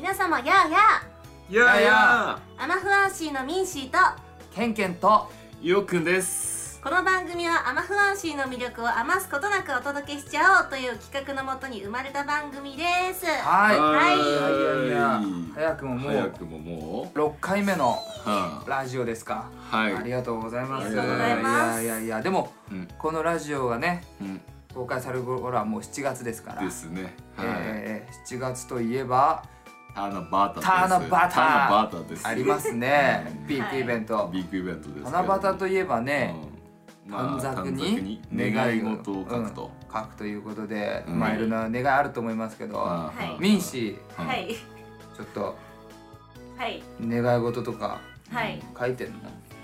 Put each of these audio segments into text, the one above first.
皆様やあやややアマフアンシーのミンシーとケンケンとよっくんです。 この番組はアマフアンシーの魅力を余すことなくお届けしちゃおうという企画のもとに生まれた番組です。 はいや早くももう6回目のラジオですか。 はい、 ありがとうございます。 ありがとうございます。 いやでも、このラジオがね、公開される頃はもう7月ですからですね。 7月といえばターナバターです。 ありますね。ビッグイベントです。七夕といえばね、短冊に願い事を書くということで、いろんな願いあると思いますけど、ミンシー、ちょっと願い事とか書いてんの？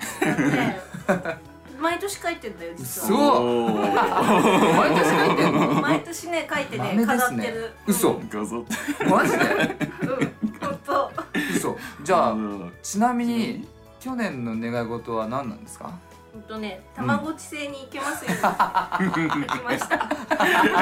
毎年書いてんだよ実は。 そう。毎年書いてんの？ 毎年ね書いてね飾ってる。 嘘。マジで？ 本当。 嘘。じゃあちなみに去年の願い事は何なんですか？ たまごっち星に行けますように書きました。ちょっ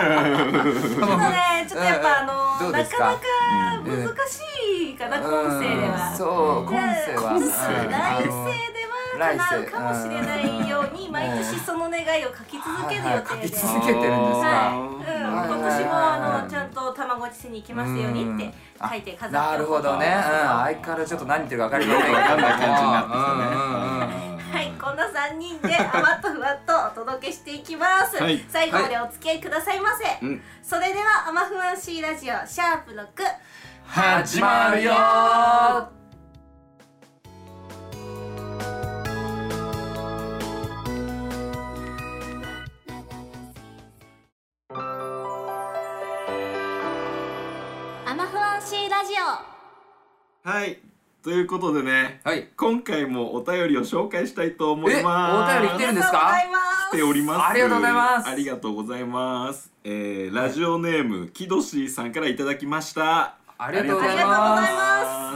とやっぱなかなか難しいかな、今世では。 そう、今世は。 来世では叶うかもしれないように毎年その願いを書き続ける予定で。 書き続けてるんですか？ 今年もちゃんとたまごっち星に行きますようにって書いて飾って。 なるほどね。相変わらずちょっと何言ってるか分かりませんが、 こんな感じになってきたね。 はい、こんな3人であわっとふわっとお届けしていきます。最後までお付き合いくださいませ。それではアマフアンシーラジオシャープ6 始まるよー。 アマフアンシーラジオ。 はい、ということでね、今回もお便りを紹介したいと思います。 お便り来てるんですか？ 来ております。 ありがとうございます。 ありがとうございます。ラジオネームキドシーさんからいただきました。 ありがとうございます。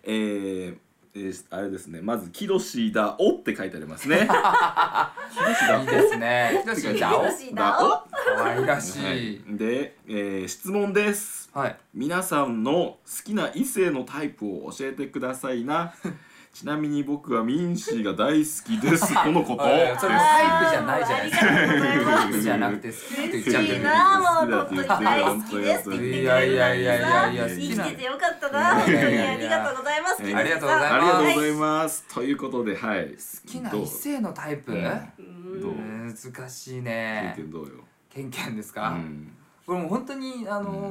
あれですね、まずキドシーだおって書いてありますね。 いいですね。キドシーだお。可愛らしい。 で、質問です。皆さんの好きな異性のタイプを教えてくださいな。ちなみに僕はミンシーが大好きです。このこと。 それタイプじゃないじゃないですか。タイプじゃなくて好きって言っちゃってる。 もう本当に大好きですって言ってくれた。生きててよかったな。本当にありがとうございます。 ありがとうございます。 ありがとうございます。ということで、はい。好きな異性のタイプ？難しいね。 ケンケンどうよ。 ケンケンですか？これもう本当に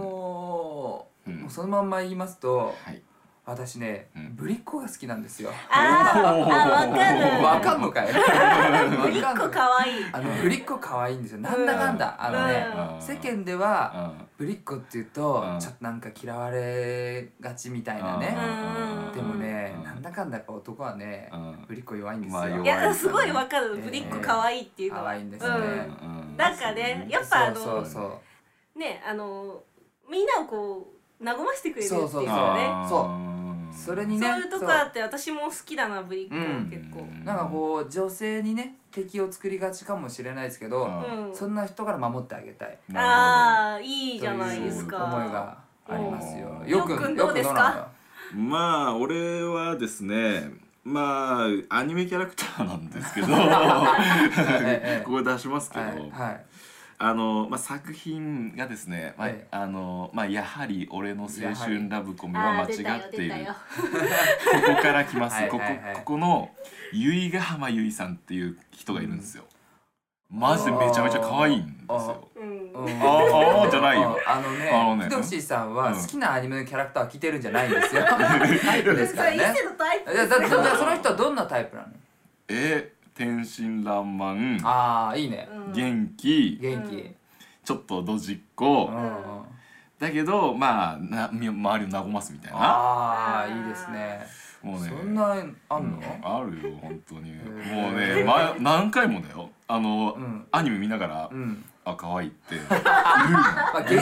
そのまんま言いますと。私ね、ぶりっ子が好きなんですよ。 わかる。 わかんのかい。 ぶりっ子可愛い。 ぶりっ子可愛いんですよ。なんだかんだ世間ではぶりっ子っていうとちょっとなんか嫌われがちみたいなね。でもね、なんだかんだ男はね、ぶりっ子弱いんですよ。 いや、すごいわかる。ぶりっ子可愛いっていうのは。 可愛いんですね。 なんかね、やっぱね、みんなをこう和ましてくれるっていうかね。 それにね、 そういうとこあって私も好きだな、ぶりっ子結構。 なんかこう女性にね敵を作りがちかもしれないですけど、そんな人から守ってあげたい。 ああ、いいじゃないですか。 思いがありますよ。 よくんどうですか？ まあ俺はですね、まあアニメキャラクターなんですけど、ここ出しますけど。作品がですね、やはり俺の青春ラブコメは間違っている。ここから来ます。ここの由比ヶ浜由依さんっていう人がいるんですよ。マジでめちゃめちゃ可愛いんですよ。ああじゃないよ。 キドシーさんは好きなアニメのキャラクターは着てるんじゃないんですよ。タイプですからね。じゃあその人はどんなタイプなの？ 天真爛漫。 ああ、いいね。 元気。ちょっとドジっ子。だけどまあ周りを和ますみたいな。 ああ、いいですね。もうね、そんなあんの？ あるよ本当に。もうね、何回もだよ。アニメ見ながら可愛いって言うの。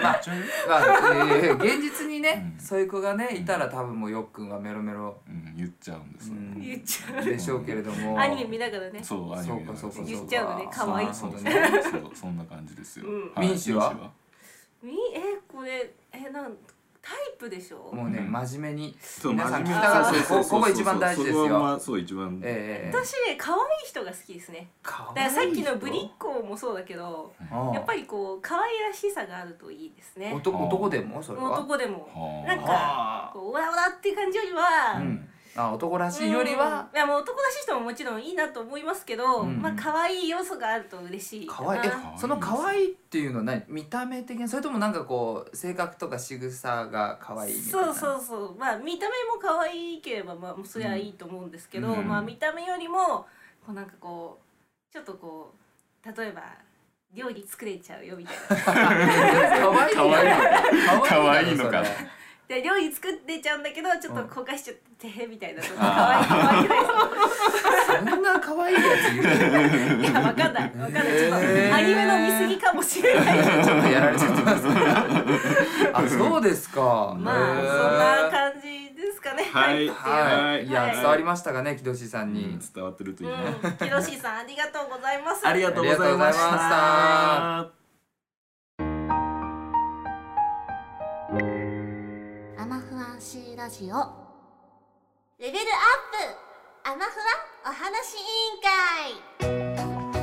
現実にね、そういう子がねいたら多分もうよっくんはメロメロ言っちゃうんですよ。 言っちゃうでしょうけれども。 アニメ見ながらね。 そうアニメ見ながら言っちゃうのね、可愛い。 そうそんな感じですよ。 ミンシは？ これタイプでしょ。 もうね真面目に皆さん聞きたかった。ここ一番大事ですよ。 そう一番。 私ね可愛い人が好きですね。だからさっきのぶりっ子もそうだけど、やっぱりこう可愛らしさがあるといいですね。 男でもそれは。 男でもなんかこうオラオラっていう感じよりは。 男らしいよりは、 いやもう男らしい人ももちろんいいなと思いますけど、まあ可愛い要素があると嬉しいかな。 その可愛いっていうのは何？見た目的に、それともなんかこう性格とか仕草が可愛いみたいな。 そうまあ見た目も可愛いければまあそれはいいと思うんですけど、まあ見た目よりもこうなんかこうちょっとこう例えば料理作れちゃうよみたいな。 可愛いのかな。 で料理作ってちゃうんだけどちょっと焦がしちゃってみたいなとか可愛いくないですか？ そんな可愛いやついる？ いやわかんないちょっとアニメの見過ぎかもしれない。 ちょっとやられちゃってます。あ、そうですか。 まあそんな感じですかね。 はい。いや伝わりましたかね、木戸さんに。 伝わってるといいね。 木戸さんありがとうございます。 ありがとうございました。 C ラジオレベルアップアマフアお話委員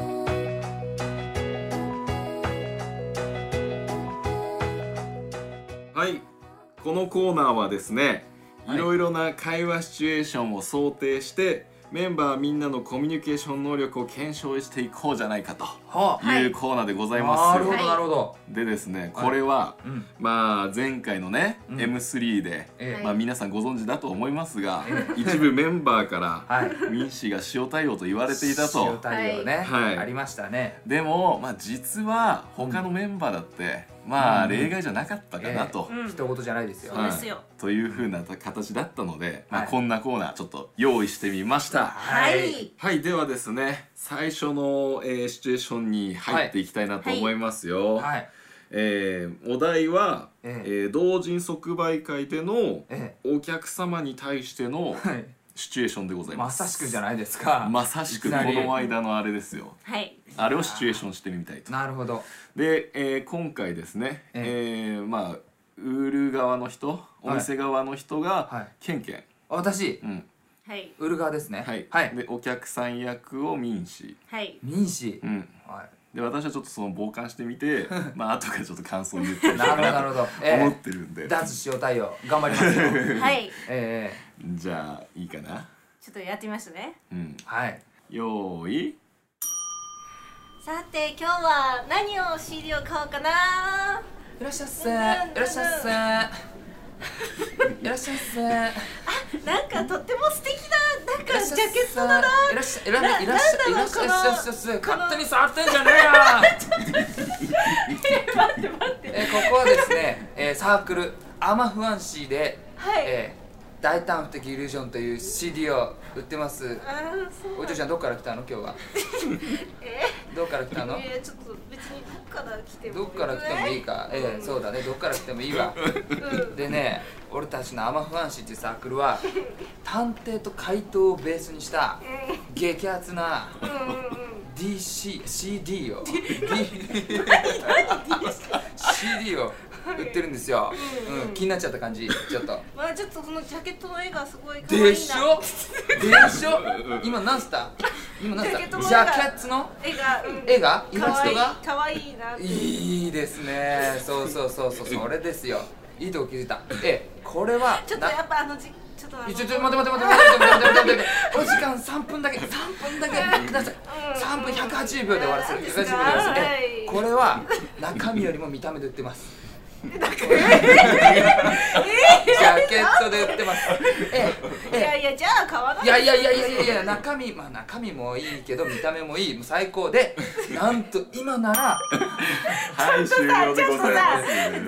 会。はい、このコーナーはですね、いろいろな会話シチュエーションを想定してメンバーみんなのコミュニケーション能力を検証していこうじゃないかというコーナーでございます。 なるほどなるほど。 でですね、これはまあ前回のね M3 でまあ皆さんご存知だと思いますが、一部メンバーからミンシーが塩対応と言われていたと。 塩対応ね、ありましたね。 でもまあ実は他のメンバーだってまあ例外じゃなかったかなと。 一言じゃないですよ。 という風な形だったので、まあこんなコーナーちょっと用意してみました。 はい。 はい、ではですね、最初のシチュエーションに入っていきたいなと思いますよ。はい。お題は同人即売会でのお客様に対してのシチュエーションでございます。 まさしくじゃないですか。 まさしくこの間のあれですよ。 はい。 あれをシチュエーションしてみたいと。 なるほど。 で、今回ですね、まあ売る側の人、お店側の人がケンケン。 私。 はい。 売る側ですね。 はい。でお客さん役をミンシ。 はい。 ミンシ。 はい。で私はちょっとその傍観してみて、まあ後からちょっと感想を言ってみたいなと思ってるんで。 脱塩対応頑張りますよ。 はい。 じゃあいいかな。 ちょっとやってみましたね。 はい。よーい。 さて今日は何を CD を買おうかな。 いらっしゃっせ。いらっしゃっせ。いらっしゃっせ。 あ、なんかとっても素敵ななんかジャケットだな。 いらっしゃいらっしゃいらっしゃっせ。勝手に触ってんじゃねえよ。 待って。 ここはですね、サークルアマフアンシーで、大胆不敵イリュージョンという CD を売ってます。お嬢ちゃんどっから来たの今日は？どっから来たの？ ちょっと別にどっから来ても。 どっから来てもいいか。そうだね、どっから来てもいいわ。でね、俺たちのアマフアンシーっていうサークルは探偵と怪盗をベースにした激アツなCD をCD を売ってるんですよ。気になっちゃった感じ、ちょっと。 まあちょっとそのジャケットの絵がすごい可愛いな。でしょ？今何した？今何した？ジャケットの絵がイラストが可愛いな。 いいですね。そうそれですよ。いいとこ気づいた。これはちょっとやっぱちょっと待って。お時間3分だけください。3分180秒で終わらせる。これは中身よりも見た目で売ってます。ジャケットで売ってます。 いやじゃあ買わない。 いや中身もいいけど見た目もいい、もう最高で、なんと今ならはい終了でございます。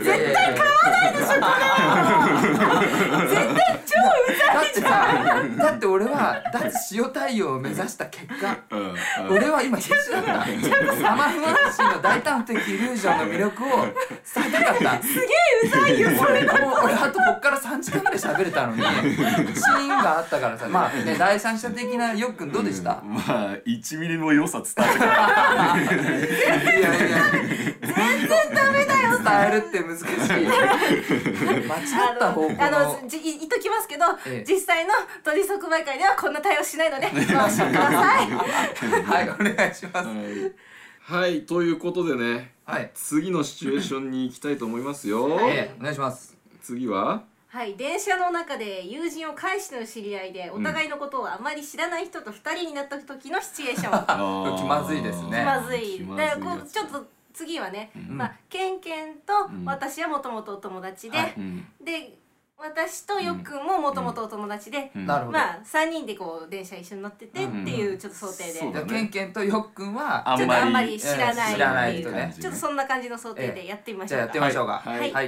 絶対買わないでしょこれ。絶対超うざいじゃん。 だって俺は脱塩対応を目指した結果、俺は今必死だった。アマフアンシーの大胆不敵イリュージョンの魅力を伝えたかった。 すげえうざいよそれ。 もう俺あとこっから 3時間ぐらい喋れたのにシーンがあったからさ、まあね、第三者的なよっくんどうでした？ まあ1ミリも良さ伝わってない。 いやいや全然ダメだよ、伝えるって難しい。間違った方向の言っときますけど、実際の取り即売会ではこんな対応しないのでご安心ください。 はい、お願いします。 はい、ということでね、次のシチュエーションに行きたいと思いますよ。 お願いします。 次は、 はい、電車の中で友人を介しての知り合いでお互いのことをあまり知らない人と2人になった時のシチュエーション。 気まずいですね。 気まずい。だからこうちょっと次はね、まあケンケンと私はもともとお友達で、で私とよっくんももともとお友達で、まあ3人でこう電車一緒に乗っててっていうちょっと想定で、 ケンケンとよっくんはちょっとあんまり知らない人ね。 ちょっとそんな感じの想定でやってみましょうか。 じゃあやってみましょうか。はい。いや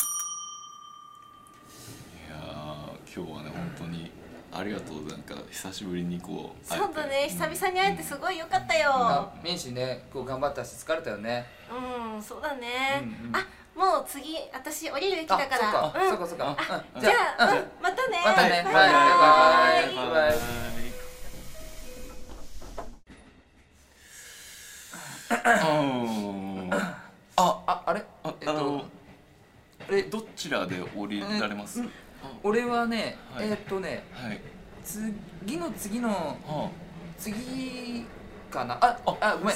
今日はね本当にありがとう。なんか久しぶりにこう。 そうだね、久々に会えてすごい良かったよ。 ミンシね、こう頑張ったし疲れたよね。 うん、そうだね。あ、もう次私降りる駅だから。 そうかそうか。 じゃあまたね。 またね。 バイバイ。 バイバイ。あれどちらで降りられます？ 俺はね、次の次の次かな。ごめん。よ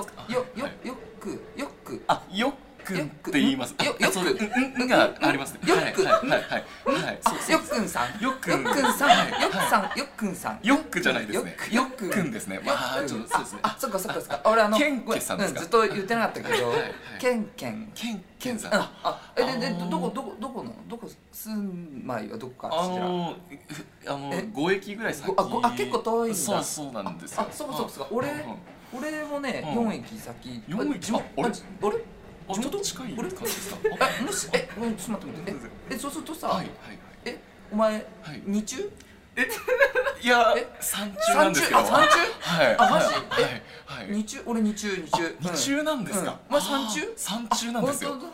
っくんって言います。 よっくんがありますね。 よっくん。 よっくんさん。よっくんさん。 よっくじゃないですね。 よっくんですね。まあちょっとそうですね。 そっか。俺ケンケさんですか。 ずっと言ってなかったけど、ケンさん。どこなの？どこ住まいはどこか知ってる 5駅ぐらい先。 結構遠いんだ。 そうなんですよ。 そうか。俺もね4駅先。 4駅？ 俺ちょっと近い感じですか？ もしちょっと待ってそうするとさ、お前日中？ いや山中なんですけど。 山中？マジ？日中？俺日中。 日中なんですか？ お前山中？ 山中なんですよ。 もう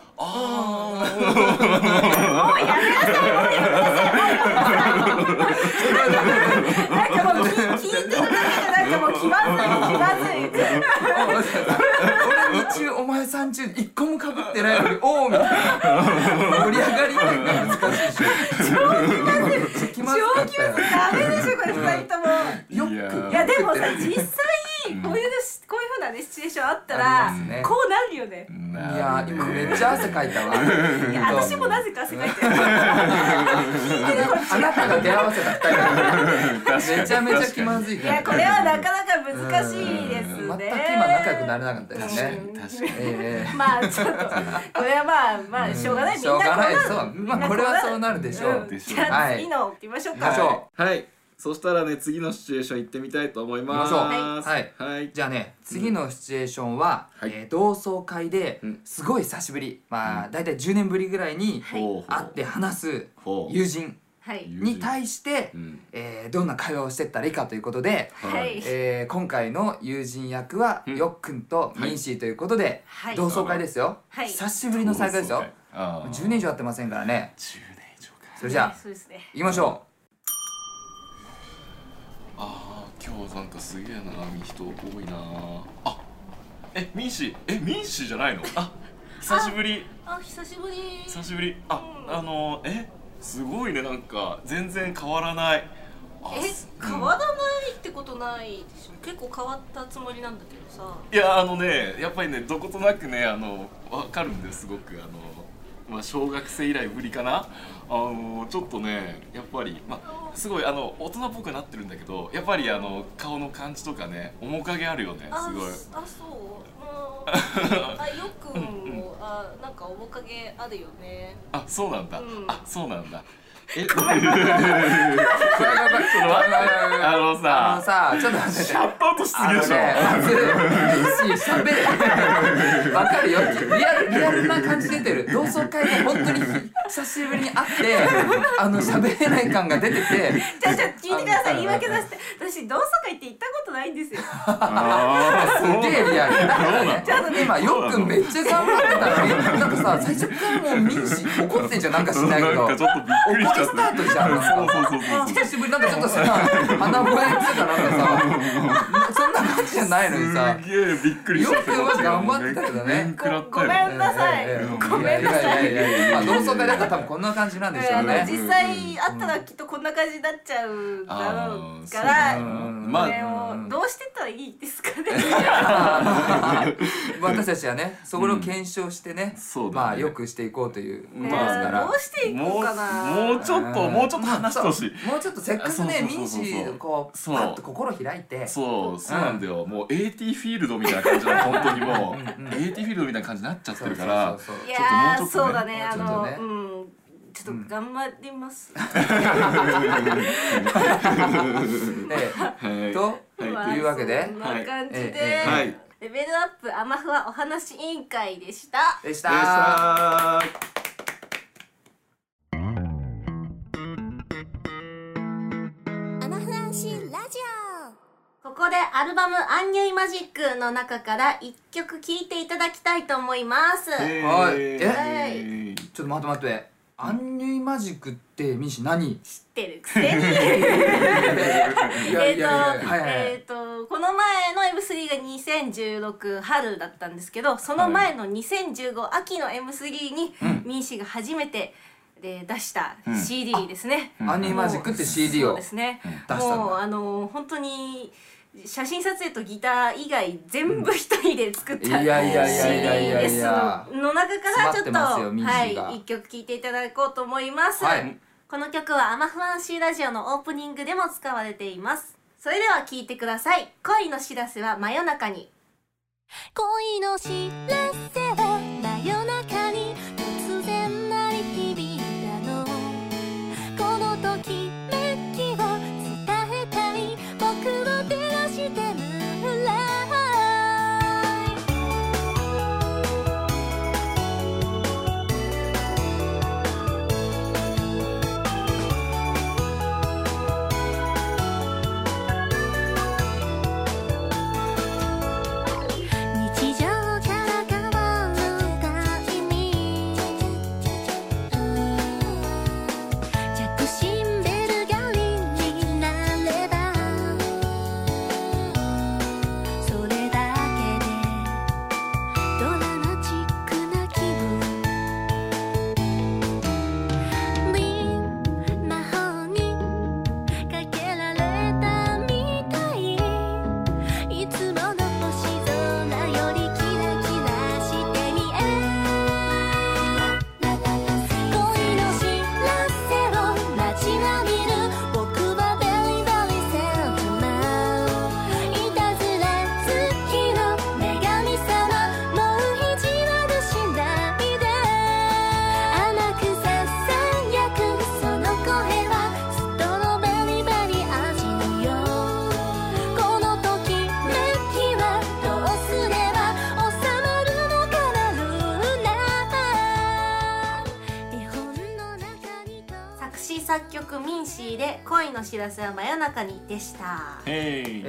やめなさい。なんかもう聞いてるだけでなんかもう気まずい。 俺日中お前山中一個も被ってないのにおおみたいな盛り上がりが難しいし。超気まずかったよ。 ダメでしょこれ2人とも。いやでもさ実際こういう風なねシチュエーションあったらこうなるよね。 いや今めっちゃ汗かいたわ。 いや私もなぜか汗かいてる。 あなたが出会わせた2人めちゃめちゃ気まずい。 いやこれはなかなか難しいですね。 全く今仲良くなれなかったですね。 まあちょっとこれはまあしょうがない。みんなこうなる。 これはそうなるでしょう。 じゃあ次の行きましょうか。 はい。そしたらね次のシチュエーション行ってみたいと思います。 はい。じゃあね次のシチュエーションは同窓会ですごい久しぶり、まあだいたい10年ぶりぐらいに会って話す友人に対してどんな会話をしてったらいいかということで、今回の友人役はよっくんとミンシーということで同窓会ですよ。久しぶりの再会ですよ。10年以上会ってませんからね。 10年以上か。 それじゃあ行きましょう。 今日なんかすげえな人多いなミンシーじゃないの？久しぶり。 久しぶり。 すごいね、なんか全然変わらない。 変わらないってことないでしょ。結構変わったつもりなんだけどさ。 いややっぱりねどことなくねわかるんです。すごくまあ小学生以来ぶりかな。ちょっとねやっぱりすごい大人っぽくなってるんだけど、やっぱり顔の感じとかね面影あるよね。すごい。 そう。よくもなんか面影あるよね。 そうなんだ。そうなんだ。 ちょっと待って。 ちょっと待って。 シャットアウトしすぎでしょ。 しゃべれ。わかるよ。リアルな感じ出てる。同窓会で本当に久しぶりに会って喋れない感が出てて、 じゃ聞いてください。言い訳させて、私同窓会って行ったことないんですよ。すげえリアルだからね。ちょっとね、今よっくんめっちゃ頑張ってたのに、なんかさ最初からもうミンシ怒ってんじゃん、なんかしないけど。 なんかちょっとびっくりしちゃって。 スタートじゃん。そう久しぶりなんかちょっとさ鼻声ってたなんかさ、そんな感じじゃないのにさ。 すげえびっくりしちゃって。 よくマジ頑張ってたけどね。 ごめんなさい。ごめんなさい。 同窓会だから多分こんな感じなんでしょうね。 実際会ったらきっとこんな感じになっちゃうだろうから、これをどうしてったらいいですかね。 私たちはね、そこを検証してね、まあ良くしていこうということですから。 どうしていこうかな。 もうちょっと話してほしい。 もうちょっとせっかくね、ミンシーこうパッと心開いて。 そうなんだよ。もう AT フィールドみたいな感じの本当にもう AT フィールドみたいな感じになっちゃってるから。 いやーそうだね、ちょっと頑張ります。 というわけで、 こんな感じでレベルアップアマフアお話委員会でした。ここでアルバムアンニュイマジックの中から1曲聴いていただきたいと思います。 はい。ちょっと待って。アンニュイマジックってミンシ何？ 知ってるくせに。この前の M3 が2016春だったんですけど、その前の2015秋の M3 にミンシが初めて出した CD ですね。 アンニュイマジックって CD をそうですね。もう本当に写真撮影とギター以外全部一人で作った CD ですの中からちょっと一曲聴いていただこうと思います。この曲はアマフアンシーラジオのオープニングでも使われています。それでは聴いてください。恋の知らせは真夜中に。 恋の知らせは真夜中に突然鳴り響いたの。このときめきを伝えたい僕を照らしてムーンライ日常から変わるタイミング着信ベル代わりになればそれだけでドラマチックな気分リン魔法にかけられたみたいいつもの星空よりキラキラして見え恋の知らせを待ちわびる僕はベリーベリーセントマンいたずら好きの女神様もう意地悪しないで甘くささやくその声はストロベリーベリー味のよこのときめきはどうすれば収まるのかなルーナ絵本の中にと作詞作曲ミンシーで恋の知らせは真夜中にでした。 い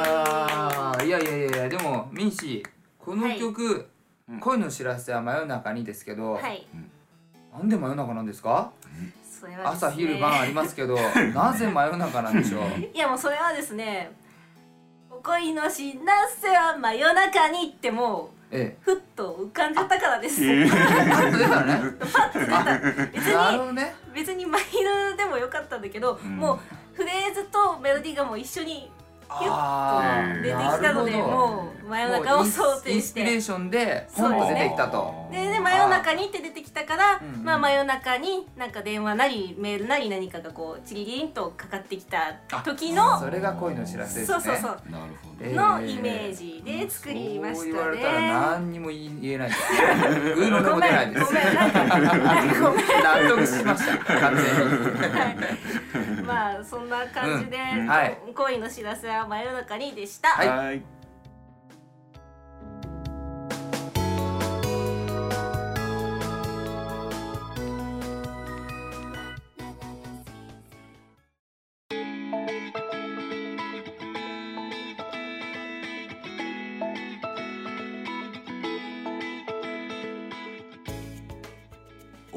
やでもミンシーこの曲恋の知らせは真夜中にですけど、なんで真夜中なんですか？ それはですね朝昼晩ありますけどなぜ真夜中なんでしょう？ いやもうそれはですね、恋の知らせは真夜中にってもうふっと浮かんじゃったからです。 パッと出たね。 パッと出た。 なるほどね。 別にマイルでもよかったんだけど、もうフレーズとメロディーがもう一緒にヒュッと出てきたので、もう真夜中を想定してインスピレーションでポンと出てきたと。 で真夜中にって出てきたから、まあ真夜中になんか電話なりメールなり何かがこうチリリンとかかってきた時のそれが恋の知らせですね。 そうなるほどのイメージで作りましたね。 そう言われたら何にも言えないですね。グーの音も出ないです。 ごめん納得しました完全に。 まあそんな感じで恋の知らせは真夜中にでした。 はい。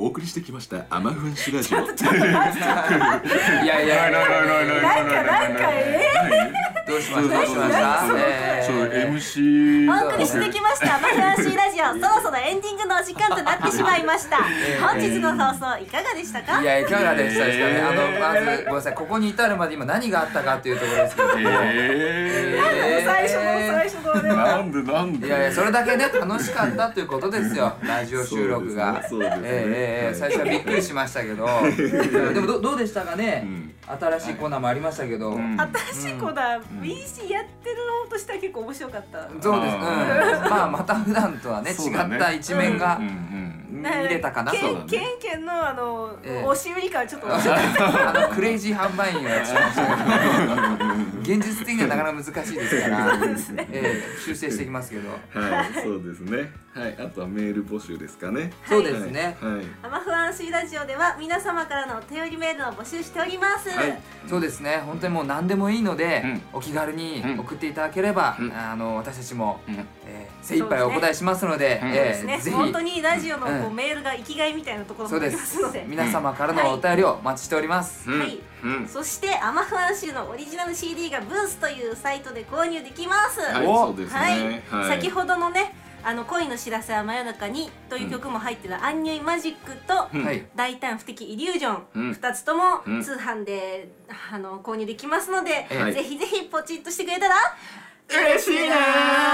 お送りしてきましたアマフンシラジオ。いやいやなんかどうしましたどうしました。 MC お送りしてきましたアマフンシラジオ、そろそろエンディングのお時間となってしまいました。本日の放送いかがでしたか。 いやいかがでしたですかね。まずごめんなさい、ここに至るまで今何があったかっていうところですけども、 最初のなんでいやそれだけね楽しかったということですよ、ラジオ収録が。最初はびっくりしましたけどでもどうでしたかね。新しいコーナーもありましたけど、 新しいコーナー BC やってる方としては結構面白かった。 そうです。まあまた普段とはね違った一面が見れたかなと。 ケンケンの押し売り感ちょっと面白かった。 クレイジー販売員をやってましたけど現実的にはなかなか難しいですから修正していきますけど。 はい、そうですね。はい、あとはメール募集ですかね。 そうですね。 アマフアンシーラジオでは皆様からのお便りメールを募集しております。 そうですね。本当にもう何でもいいのでお気軽に送っていただければ私たちも精一杯お答えしますので、ぜひ本当にラジオのメールが生きがいみたいなところもありますので、 皆様からのお便りをお待ちしております。 はい。そしてアマフアンシーのオリジナル CD がブースというサイトで購入できます。 はい、そうですね。 先ほどのね。恋の知らせは真夜中にという曲も入ってるアンニュイマジックと大胆不敵イリュージョン2つとも通販で購入できますので、ぜひぜひポチッとしてくれたら嬉しいな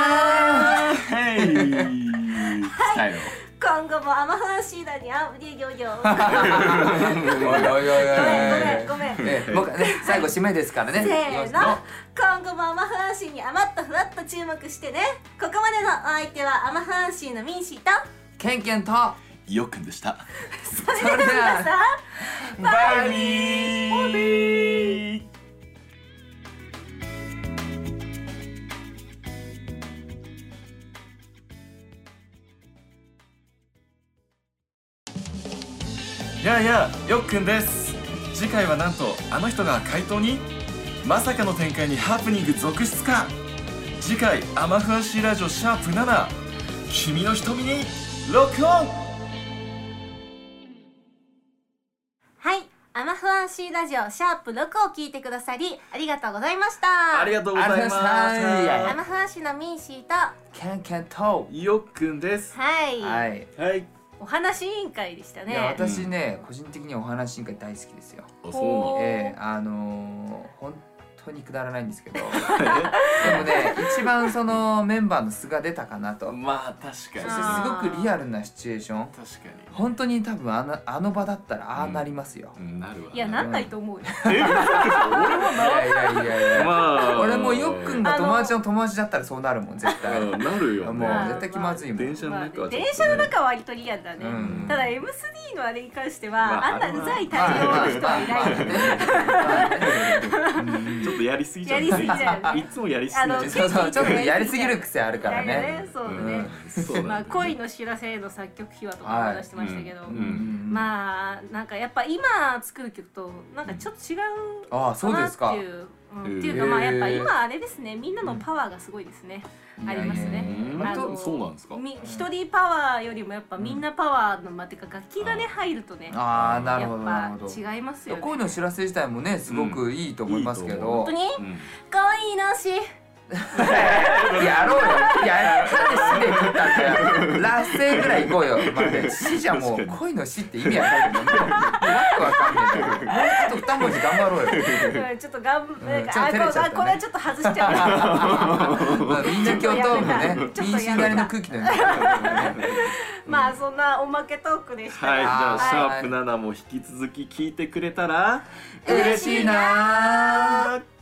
ー。 今後もアマフアンシーラにごめん最後締めですからね。 せーの、今後もアマフアンシーに余ったふわっと注目してね。ここまでのお相手はアマフアンシーのミンシーとケンケンとよっくんでした。 それでは皆さんバイビー。 やよっくんです。次回はなんとあの人が怪盗に。まさかの展開にハプニング続出か。次回アマフアンシーラジオ#7、君の瞳にロックオン。 はい、アマフアンシーラジオ#6を聞いてくださりありがとうございました。 ありがとうございます。 アマフアンシーのミンシーとケンケンとよっくんです。 はいお話委員会でしたね。 いや私ね個人的にお話委員会大好きですよ。本当にくだらないんですけどでもね一番そのメンバーの素が出たかなと。 まあ確かに。そしてすごくリアルなシチュエーション。 確かに本当に多分あの場だったらああなりますよ。 なるわ。 いやなんないと思うよ。 いや俺もよっくんが友達の友達だったらそうなるもん絶対。 なるよ。 もう絶対気まずいもん。 電車の中は割とリアルだね。ただ M3 のあれに関してはあんなうざい対応の人はいない。 ちょっとやりすぎじゃん。いつもやりすぎ。 ちょっとやりすぎる癖あるからね。 そうね。まあ恋の知らせの作曲秘話とか話してましたけど、まあなんかやっぱ今作る曲となんかちょっと違うかなっていう。っていうかまあやっぱ今あれですね、みんなのパワーがすごいですね。ありますね。 そうなんですか。 一人パワーよりもやっぱみんなパワーのてか楽器がね入るとね、やっぱ違いますよね。 恋の知らせ自体もねすごくいいと思いますけど。 本当に恋のしやろうよ。いやなんで死で食ったんだよ。ラッセぐらい行こうよ。死じゃもう恋の死って意味わかんない。わかんない。もうちょっと2文字頑張ろうよ。 ちょっとこれはちょっと外しちゃう。 みんな今日トークね。みんしなりの空気のように。 まあそんなおまけトークでした。 はい、じゃあ#7も引き続き聞いてくれたら嬉しいな。